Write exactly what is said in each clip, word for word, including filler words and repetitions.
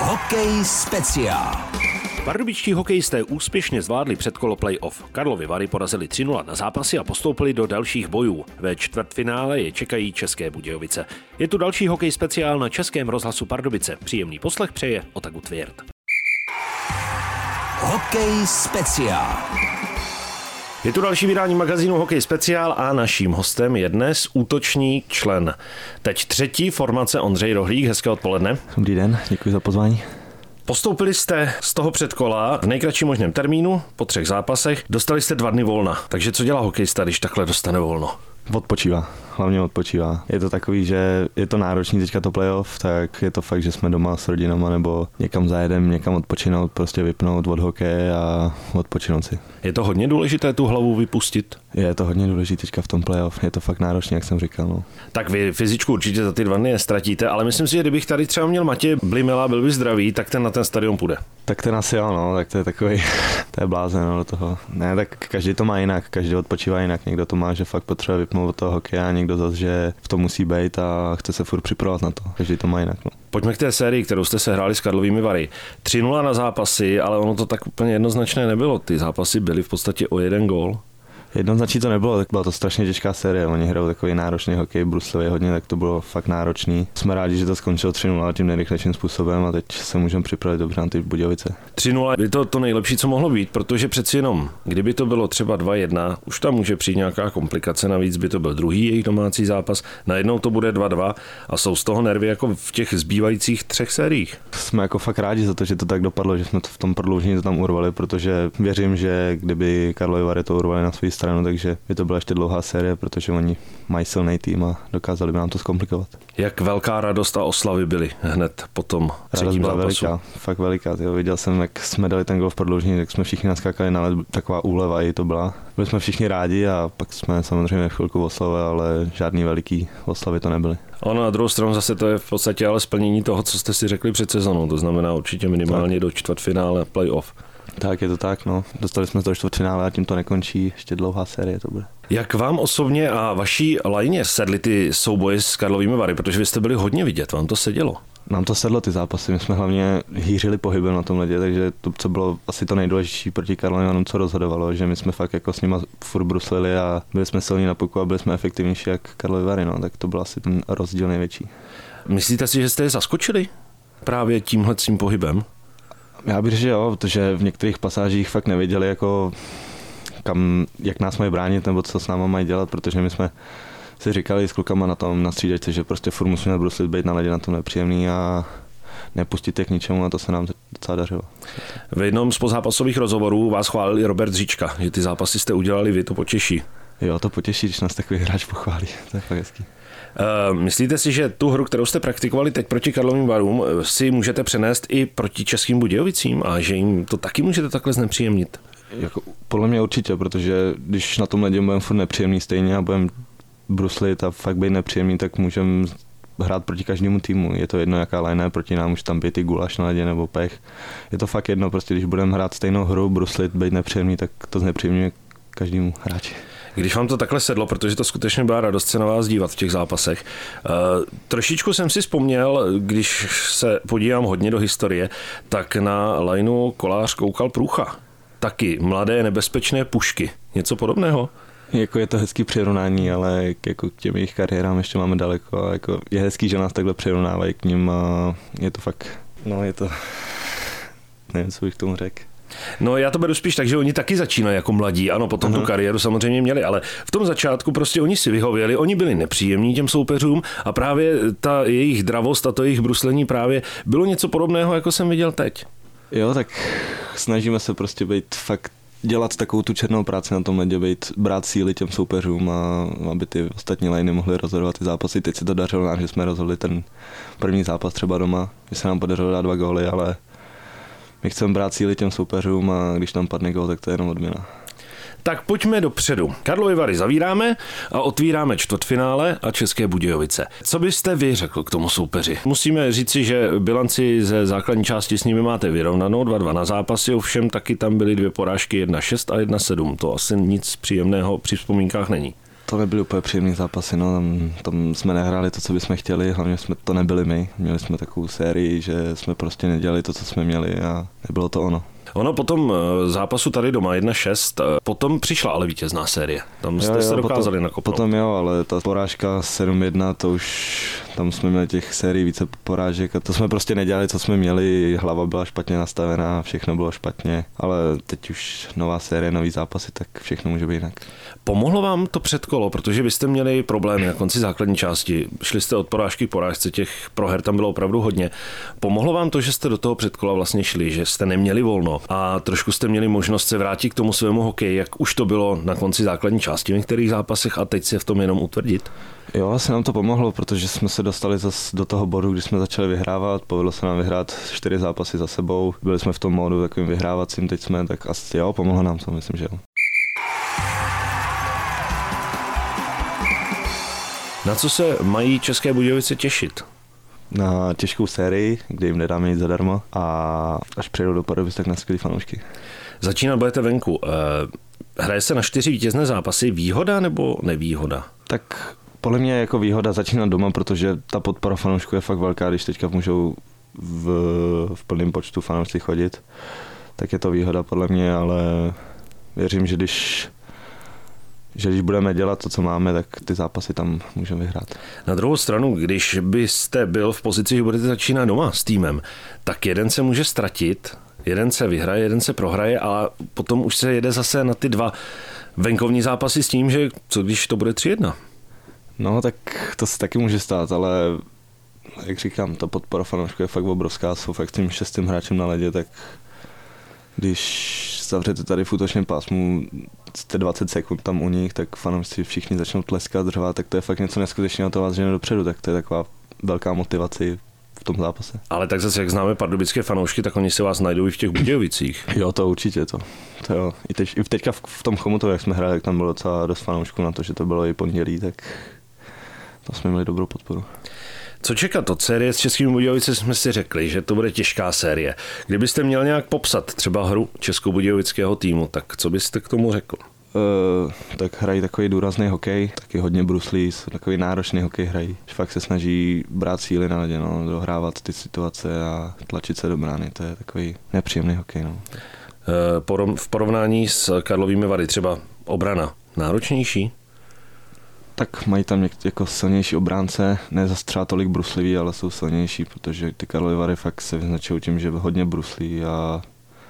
Hokej speciál. Pardubičtí hokejisté úspěšně zvládli předkolo play-off. Karlovy Vary porazili tři nula na zápasy a postoupili do dalších bojů. Ve čtvrtfinále je čekají České Budějovice. Je tu další hokej speciál na Českém rozhlasu Pardubice. Příjemný poslech přeje Otaku Tvěrt. Hokej speciál. Je tu další vydání magazínu Hokej speciál a naším hostem je dnes útočník, člen teď třetí formace Ondřej Rohlík. Hezké odpoledne. Dobrý den, děkuji za pozvání. Postoupili jste z toho předkola v nejkratším možném termínu, po třech zápasech, dostali jste dva dny volna. Takže co dělá hokejista, když takhle dostane volno? Odpočívá, hlavně odpočívá. Je to takový, že je to náročný teďka to playoff, tak je to fakt, že jsme doma s rodinama nebo někam zajedem, někam odpočinout, prostě vypnout od hokeje a odpočinout si. Je to hodně důležité tu hlavu vypustit? Je to hodně důležité teďka v tom playoff, je to fakt náročný, jak jsem říkal. No. Tak vy fyzičku určitě za ty dva dny nestratíte, ale myslím si, že kdybych tady třeba měl Matěj Blimela, byl by zdravý, tak ten na ten stadion půjde. Tak ten asi jo, no, tak to je takový, to je blázen no, do toho. Ne, tak každý to má jinak, každý odpočívá jinak, někdo to má, že fakt potřebuje vypnout od toho hokeje a někdo zase, že v tom musí být a chce se furt připravovat na to, každý to má jinak. No. Pojďme k té sérii, kterou jste sehráli s Karlovými Vary. tři nula na zápasy, ale ono to tak úplně jednoznačné nebylo. Ty zápasy byly v podstatě o jeden gól. Jednoznačně to nebylo, tak byla to strašně těžká série, oni hrajou takový náročný hokej, bruslivý hodně, tak to bylo fakt náročný. Jsme rádi, že to skončilo tři nula tím nejrychlejším způsobem a teď se můžeme připravit dobře na ty Budějovice. tři nula je to to nejlepší, co mohlo být, protože přeci jenom, kdyby to bylo třeba dva jedna, už tam může přijít nějaká komplikace, navíc by to byl druhý jejich domácí zápas, najednou to bude dva dva a jsou z toho nervy jako v těch zbývajících třech sériích. Jsme jako fakt rádi za to, že to tak dopadlo, že jsme to v tom prodloužení to tam urvali, protože věřím, že kdyby Karlovy Vary to urvali na svou stranu, takže by to byla ještě dlouhá série, protože oni mají silný tým a dokázali by nám to zkomplikovat. Jak velká radost a oslavy byly hned po tom třetím zápasu? Veliká, fakt veliká. Tyjo. Viděl jsem, jak jsme dali ten gol v prodloužení, tak jsme všichni naskákali na led, taková úleva i to byla. Byli jsme všichni rádi a pak jsme samozřejmě chvilku oslavili, ale žádný veliký oslavy to nebyly. Ono na druhou stranu zase to je v podstatě ale splnění toho, co jste si řekli před sezónou, to znamená určitě minimálně tak do čtvrtfinále playoff. Tak je to tak, no. Dostali jsme to do čtvrtfinále a tím to nekončí, ještě dlouhá série to bude. Jak vám osobně a vaší lajně sedly ty souboje s Karlovými Vary, protože vy jste byli hodně vidět, vám to sedělo? Nám to sedlo ty zápasy, my jsme hlavně hýřili pohybem na tom ledě, takže to, co bylo asi to nejdůležitější proti Karlovým, co rozhodovalo, že my jsme fakt jako s nima furt bruslili a byli jsme silní na puku a byli jsme efektivnější jak Karlovy Vary, no, tak to byl asi ten rozdíl největší. Myslíte si, že jste je zaskočili právě tímhletím pohybem? Já bych řekl, že jo, protože v některých pasážích fakt nevěděli, jako kam, jak nás mají bránit nebo co s náma mají dělat, protože my jsme si říkali s klukama na tom na střídačce, že prostě furt musíme bruslit, být na ledě na tom nepříjemný a nepustit je k ničemu a to se nám docela dařilo. V jednom z pozápasových rozhovorů vás chválil i Robert Říčka, že ty zápasy jste udělali, vy to potěší. Jo, to potěší, když nás takový hráč pochválí, to je fakt hezký. Uh, myslíte si, že tu hru, kterou jste praktikovali teď proti Karlovým Varům, si můžete přenést i proti Českým Budějovicím a že jim to taky můžete takhle znepříjemnit? Jako, podle mě určitě, protože když na tom ledě budeme furt nepříjemný stejně a budeme bruslit a fakt být nepříjemný, tak můžeme hrát proti každému týmu. Je to jedno, jaká line je proti nám, už tam být i gulaš na ledě nebo pech. Je to fakt jedno, prostě když budeme hrát stejnou hru, bruslit, být nepříjemný, tak to znepříjemňuje každému hráči. Když vám to takhle sedlo, protože to skutečně byla radost se na vás dívat v těch zápasech. Uh, trošičku jsem si vzpomněl, když se podívám hodně do historie, tak na lajnu Kolář koukal Průcha. Taky mladé nebezpečné pušky. Něco podobného? Jako je to hezký přirovnání, ale jako k těm jejich kariérám ještě máme daleko. A jako je hezký, že nás takhle přirovnávají k nim a je to fakt, no je to, nevím, co bych tomu řekl. No já to beru spíš tak, že oni taky začínají jako mladí, ano, potom uh-huh. tu kariéru samozřejmě měli, ale v tom začátku prostě oni si vyhověli, oni byli nepříjemní těm soupeřům a právě ta jejich dravost a to jejich bruslení právě bylo něco podobného, jako jsem viděl teď. Jo, tak snažíme se prostě být fakt dělat takovou tu černou práci na tom ledě, být, brát síly těm soupeřům a aby ty ostatní lajny mohly rozhodovat ty zápasy. Teď se to dařilo nám, že jsme rozhodli ten první zápas třeba doma, že se nám podařilo dát dva góly, ale my chceme brát síly těm soupeřům a když tam padne gól, tak to je jenom odměna. Tak pojďme dopředu. Karlovy Vary zavíráme a otvíráme čtvrtfinále a České Budějovice. Co byste vy řekl k tomu soupeři? Musíme říci, že bilanci ze základní části s nimi máte vyrovnanou, dva dva na zápasy, ovšem taky tam byly dvě porážky, jedna šest a jedna sedm. To asi nic příjemného při vzpomínkách není. To nebyly úplně příjemné zápasy, no, tam, tam jsme nehráli to, co bychom chtěli, hlavně jsme to nebyli my. Měli jsme takovou sérii, že jsme prostě nedělali to, co jsme měli a nebylo to ono. Ono po tom zápasu tady doma jedna šest, potom přišla ale vítězná série. Tam jste jo, jo, se dokázali potom, nakopnout. Potom jo, ale ta porážka sedm jedna, to už, tam jsme měli těch sérií více porážek a to jsme prostě nedělali, co jsme měli, hlava byla špatně nastavená, všechno bylo špatně, ale teď už nová série, nový zápasy, tak všechno může být jinak. Pomohlo vám to předkolo, protože vy jste měli problémy na konci základní části, šli jste od porážky k porážce, těch proher tam bylo opravdu hodně. Pomohlo vám to, že jste do toho předkola vlastně šli, že jste neměli volno a trošku jste měli možnost se vrátit k tomu svému hokeji, jak už to bylo na konci základní části v některých zápasech a teď se v tom jenom utvrdit? Jo, asi nám to pomohlo, protože jsme se dostali zase do toho bodu, kdy jsme začali vyhrávat, povedlo se nám vyhrát čtyři zápasy za sebou, byli jsme v tom módu takovým vyhrávacím, teď jsme, tak asi jo, pomohlo nám to, myslím, že jo. Na co se mají České Budějovice těšit? Na těžkou sérii, kde jim nedáme nic zadarmo a až přijedou do Pardubic, tak na skvělý fanoušky. Začínat budete venku. Hraje se na čtyři vítězné zápasy. Výhoda nebo nevýhoda? Tak podle mě je jako výhoda začínat doma, protože ta podpora fanoušků je fakt velká, když teďka můžou v, v plném počtu fanoušci chodit, tak je to výhoda podle mě, ale věřím, že když že když budeme dělat to, co máme, tak ty zápasy tam můžeme vyhrát. Na druhou stranu, když byste byl v pozici, že budete začínat doma s týmem, tak jeden se může ztratit, jeden se vyhraje, jeden se prohraje a potom už se jede zase na ty dva venkovní zápasy s tím, že co když to bude tři jedna? No tak to se taky může stát, ale jak říkám, ta podpora fanoušků je fakt obrovská, jsou fakt tím šestým hráčem na ledě, tak když zavřete tady v útočném pásmu, jste dvacet sekund tam u nich, tak fanoušci všichni začnou tleskat, řvát, tak to je fakt něco neskutečného, to vás žene dopředu, tak to je taková velká motivace v tom zápase. Ale tak zase, jak známe pardubické fanoušky, tak oni se vás najdou i v těch Budějovicích. Jo, to určitě, to, to jo. I, teď, i teďka v, v tom Chomutově, jak jsme hráli, tak tam bylo docela dost fanoušků na to, že to bylo i pondělí, tak tam jsme měli dobrou podporu. Co čekat od série s Českými Budějovice jsme si řekli, že to bude těžká série. Kdybyste měl nějak popsat třeba hru českobudějovického týmu, tak co byste k tomu řekl? Uh, tak hrají takový důrazný hokej, taky hodně bruslí, takový náročný hokej hrají. Fakt se snaží brát síly na ledě, no, dohrávat ty situace a tlačit se do brány, to je takový nepříjemný hokej. No. Uh, v porovnání s Karlovými Vary třeba obrana náročnější? Tak mají tam něk- jako silnější obránce, ne zas třeba tolik bruslivý, ale jsou silnější, protože ty Karlovy Vary fakt se vyznačují tím, že hodně bruslí a,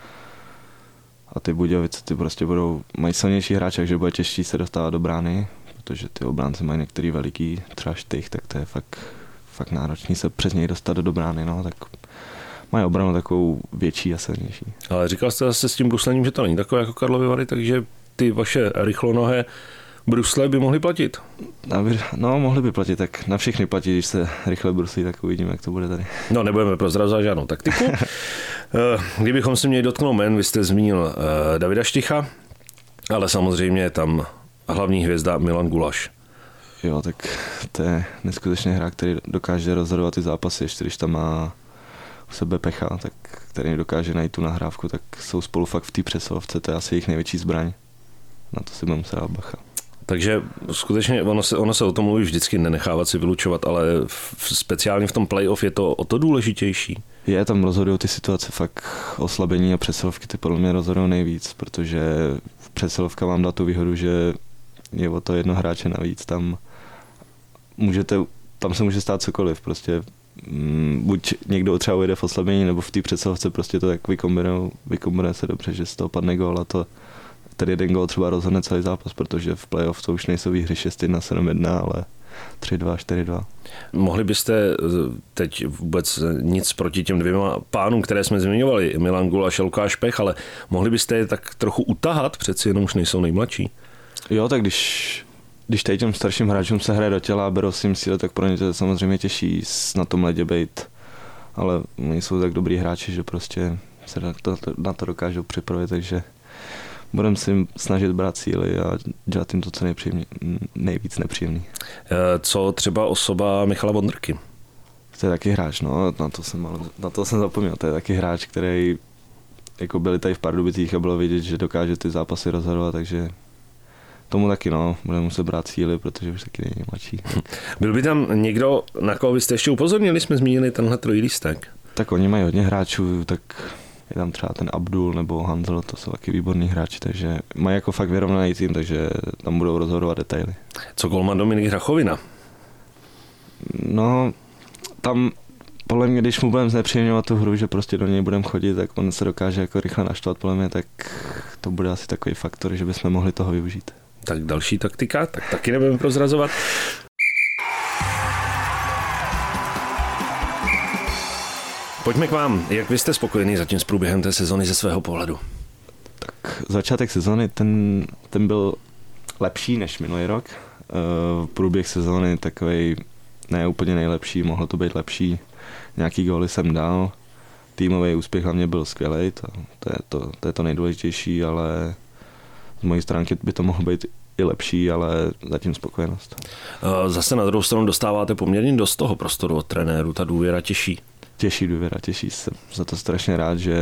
a ty Budějovice ty prostě budou, mají silnější hráče, takže bude těžší se dostávat do brány, protože ty obránce mají některý veliký, třeba Štych, tak to je fakt, fakt náročný se přes něj dostat do brány, no, tak mají obranu takovou větší a silnější. Ale říkal jste zase s tím bruslením, že to není takové jako Karlovy Vary, takže ty vaše rychlonohé brusle by mohly platit. No, mohly by platit, tak na všechny platí, když se rychle bruslí, tak uvidíme, jak to bude tady. No, nebudeme prozrazovat žádnou taktiku. Kdybychom se měli dotknout jmen, vy jste zmínil Davida Štycha, ale samozřejmě je tam hlavní hvězda Milan Gulaš. Jo, tak to je neskutečný hráč, který dokáže rozhodovat ty zápasy, ještě když tam má u sebe Pecha, tak který dokáže najít tu nahrávku, tak jsou spolu fakt v té přesilovce, to je asi jejich největší zbraň. Na to si budeme se dát bacha. Takže skutečně ono se, ono se o tom mluví vždycky, nenechávat si vylučovat, ale v, speciálně v tom playoff je to o to důležitější. Je, tam rozhodují ty situace fakt oslabení a přesilovky ty podle mě rozhodují nejvíc, protože přesilovka vám dá tu výhodu, že je o to jedno hráče navíc, tam můžete, tam se může stát cokoliv, prostě m, buď někdo třeba ujede v oslabení, nebo v té přesilovce prostě to tak vykombinuje, vykombinuje se dobře, že z toho padne gól a to ten jeden gól třeba rozhodne celý zápas, protože v playoff to už nejsou výhry šest jedna, sedm jedna, ale tři dva, čtyři dva. Mohli byste teď vůbec nic proti těm dvěma pánům, které jsme zmiňovali, Milan Gulaš a Lukáš Pech, ale mohli byste je tak trochu utahat, přeci jenom už nejsou nejmladší? Jo, tak když, když tady těm starším hráčům se hraje do těla a berou si jim síle, tak pro ně to je samozřejmě těžší na tom ledě být, ale oni jsou tak dobrý hráči, že prostě se na to, na to dokážou připravit, takže budeme si snažit brát síly a dělat jim to, co nejvíc nepříjemný. Co třeba osoba Michala Vondrky? To je taky hráč, no, na to jsem, na to jsem zapomněl. To je taky hráč, který jako byli tady v Pardubicích a bylo vidět, že dokáže ty zápasy rozhodovat, takže Tomu taky no, budeme muset brát síly, protože už taky není mladší. Byl by tam někdo, na koho byste ještě upozornili, jsme zmínili tenhle trojlístek? Tak oni mají hodně hráčů, tak je tam třeba ten Abdul nebo Hanzel, to jsou taky výborní hráči, takže mají jako fakt vyrovnaný tým, takže tam budou rozhodovat detaily. Co golman Dominik Hrachovina? No, tam podle mě, když mu budeme znepříjemňovat tu hru, že prostě do něj budeme chodit, tak on se dokáže jako rychle naštvat, podle mě, tak to bude asi takový faktor, že bychom mohli toho využít. Tak další taktika, tak taky nebudeme prozrazovat. Pojďme k vám. Jak vy jste spokojený zatím s průběhem té sezony ze svého pohledu? Tak začátek sezony, ten, ten byl lepší než minulý rok. Průběh sezony takovej ne úplně nejlepší, mohlo to být lepší. Nějaký góly jsem dal. Týmový úspěch hlavně byl skvělý, to, to, je to, to je to nejdůležitější, ale z mojí stránky by to mohlo být i lepší, ale zatím spokojenost. Zase na druhou stranu dostáváte poměrně dost toho prostoru od trenéru, ta důvěra těší. Těší důvěra, těší se. Za to strašně rád, že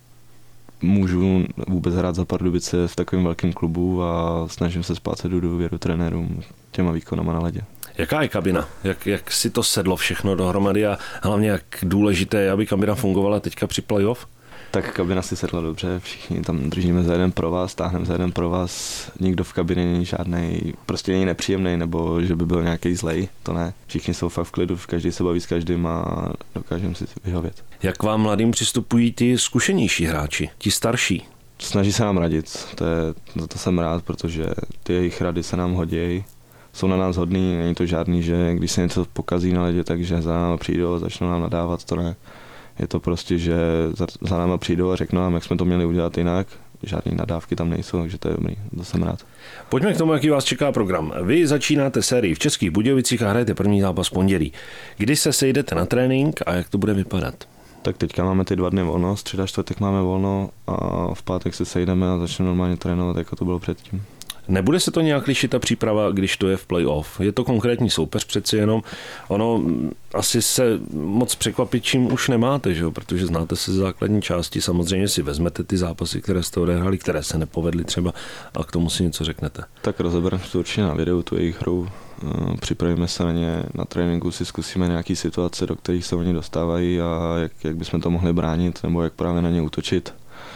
můžu vůbec hrát za Pardubice v takovém velkém klubu a snažím se splácet do důvěru trenérům těma výkonama na ledě. Jaká je kabina? Jak, jak si to sedlo všechno dohromady a hlavně jak důležité je, aby kabina fungovala teďka při playoff? Tak kabina si sedla dobře, všichni tam držíme za jeden pro vás, táhneme za jeden pro vás, nikdo v kabině není žádnej, prostě není nepříjemný, nebo že by byl nějaký zlej, to ne. Všichni jsou fakt v klidu, každý se baví s každým a dokážeme si vyhovět. Jak vám mladým přistupují ty zkušenější hráči, ti starší? Snaží se nám radit, to je, za to jsem rád, protože ty jejich rady se nám hodí. Jsou na nás hodný, není to žádný, že když se něco pokazí na ledě, takže za náma přijdou a začnou nám nadávat, to ne. Je to prostě, že za, za náma přijdou a řeknou nám, jak jsme to měli udělat jinak. Žádné nadávky tam nejsou, takže to je dobrý, to jsem rád. Pojďme k tomu, jaký vás čeká program. Vy začínáte sérii v Českých Budějovicích a hrajete první zápas pondělí. Kdy se sejdete na trénink a jak to bude vypadat? Tak teďka máme ty dva dny volno, středa, čtvrtek máme volno a v pátek se sejdeme a začneme normálně trénovat, jako to bylo předtím. Nebude se to nějak lišit ta příprava, když to je v playoff? Je to konkrétní soupeř přeci jenom. Ono asi se moc překvapit, čím už nemáte, že jo? Protože znáte se z základní části. Samozřejmě si vezmete ty zápasy, které jste odehráli, které se nepovedly třeba a k tomu si něco řeknete. Tak rozebereme to určitě na videu, tu jejich hru. Připravíme se na ně, na tréninku si zkusíme nějaké situace, do kterých se oni dostávají a jak, jak bychom to mohli bránit nebo jak právě na ně útočit.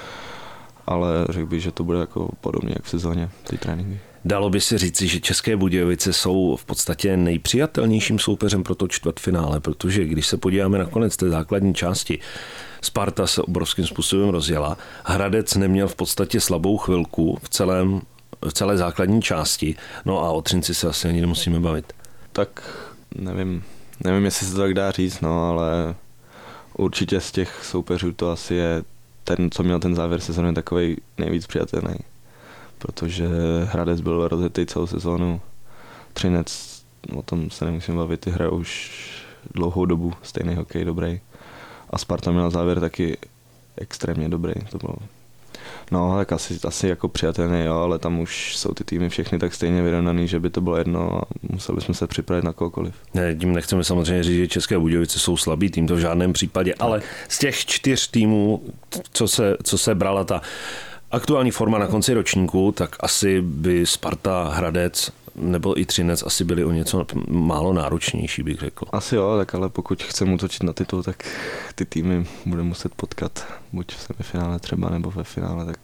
Ale řekl bych, že to bude jako podobně jak v sezóně, ty tréninky. Dalo by se říci, že České Budějovice jsou v podstatě nejpřijatelnějším soupeřem pro to čtvrtfinále, protože když se podíváme na konec té základní části, Sparta se obrovským způsobem rozjela, Hradec neměl v podstatě slabou chvilku v, celém, v celé základní části, no a o Třinci se asi ani nemusíme bavit. Tak nevím, nevím, jestli se to tak dá říct, no, ale určitě z těch soupeřů to asi je ten, co měl ten závěr sezóny, takovej nejvíc přijatelný. Protože Hradec byl rozjetý celou sezónu. Třinec, o tom se nemusím bavit, ty hrají už dlouhou dobu, stejný hokej, dobrý. A Sparta měla závěr taky extrémně dobrý. To bylo. No, tak asi, asi jako přijatelný, jo, ale tam už jsou ty týmy všechny tak stejně vyrovnaný, že by to bylo jedno a museli bychom se připravit na kohokoliv. Ne, tím nechceme samozřejmě říct, že České Budějovice jsou slabý tým, to v žádném případě, tak. Ale z těch čtyř týmů, co se, co se brala ta aktuální forma na konci ročníku, tak asi by Sparta, Hradec nebo i Třinec asi byli o něco málo náročnější, bych řekl. Asi jo, tak ale pokud chceme útočit na titul, tak ty týmy budeme muset potkat buď v semifinále třeba, nebo ve finále, tak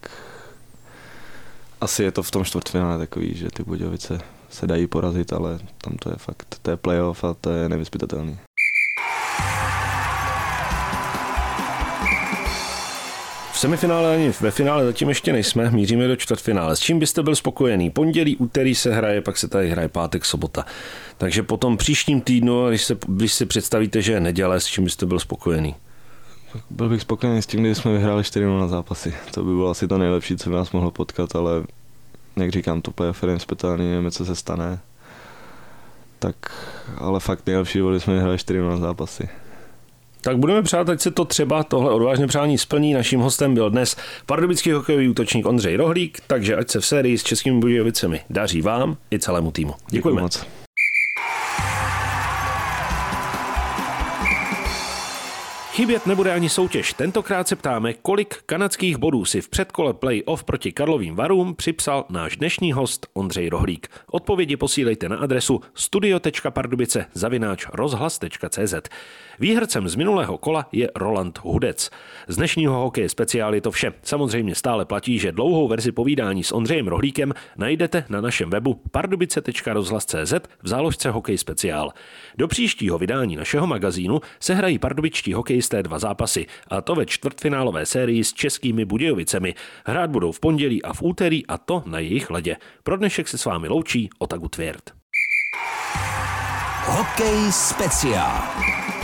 asi je to v tom čtvrtfinále takový, že ty Budějovice se dají porazit, ale tam to je fakt, to je playoff a to je nevyzpytatelný. V semifinále ani ve finále zatím ještě nejsme, míříme do čtvrtfinále. S čím byste byl spokojený? Pondělí, úterý se hraje, pak se tady hraje pátek, sobota. Takže po tom příštím týdnu, když, se, když si představíte, že je neděle, s čím byste byl spokojený? Byl bych spokojený s tím, když jsme vyhráli čtyři nula na zápasy. To by bylo asi to nejlepší, co by nás mohlo potkat, ale jak říkám, to playoff je nevyzpytatelný, nevíme, co se stane. Tak, ale fakt nejlepší bylo, když jsme vyhráli čtyři nula na zápasy. Tak budeme přát, ať se to třeba tohle odvážné přání splní. Naším hostem byl dnes pardubický hokejový útočník Ondřej Rohlík, takže ať se v sérii s Českými Budějovicemi daří vám i celému týmu. Děkujeme. Děkuji moc. Chybět nebude ani soutěž. Tentokrát se ptáme, kolik kanadských bodů si v předkole play-off proti Karlovým Varům připsal náš dnešní host Ondřej Rohlík. Odpovědi posílejte na adresu studio tečka pardubice zavináč rozhlas tečka cé zet. Výhercem z minulého kola je Roland Hudec. Z dnešního Hokej speciál je to vše. Samozřejmě stále platí, že dlouhou verzi povídání s Ondřejem Rohlíkem najdete na našem webu pardubice tečka rozhlas tečka cé zet v záložce Hokej speciál. Do příštího vydání našeho magazínu se hrají pardubičtí hokejisté dva zápasy, a to ve čtvrtfinálové sérii s Českými Budějovicemi. Hrát budou v pondělí a v úterý, a to na jejich ledě. Pro dnešek se s vámi loučí Otaku Tvěrt. Hokej speciál.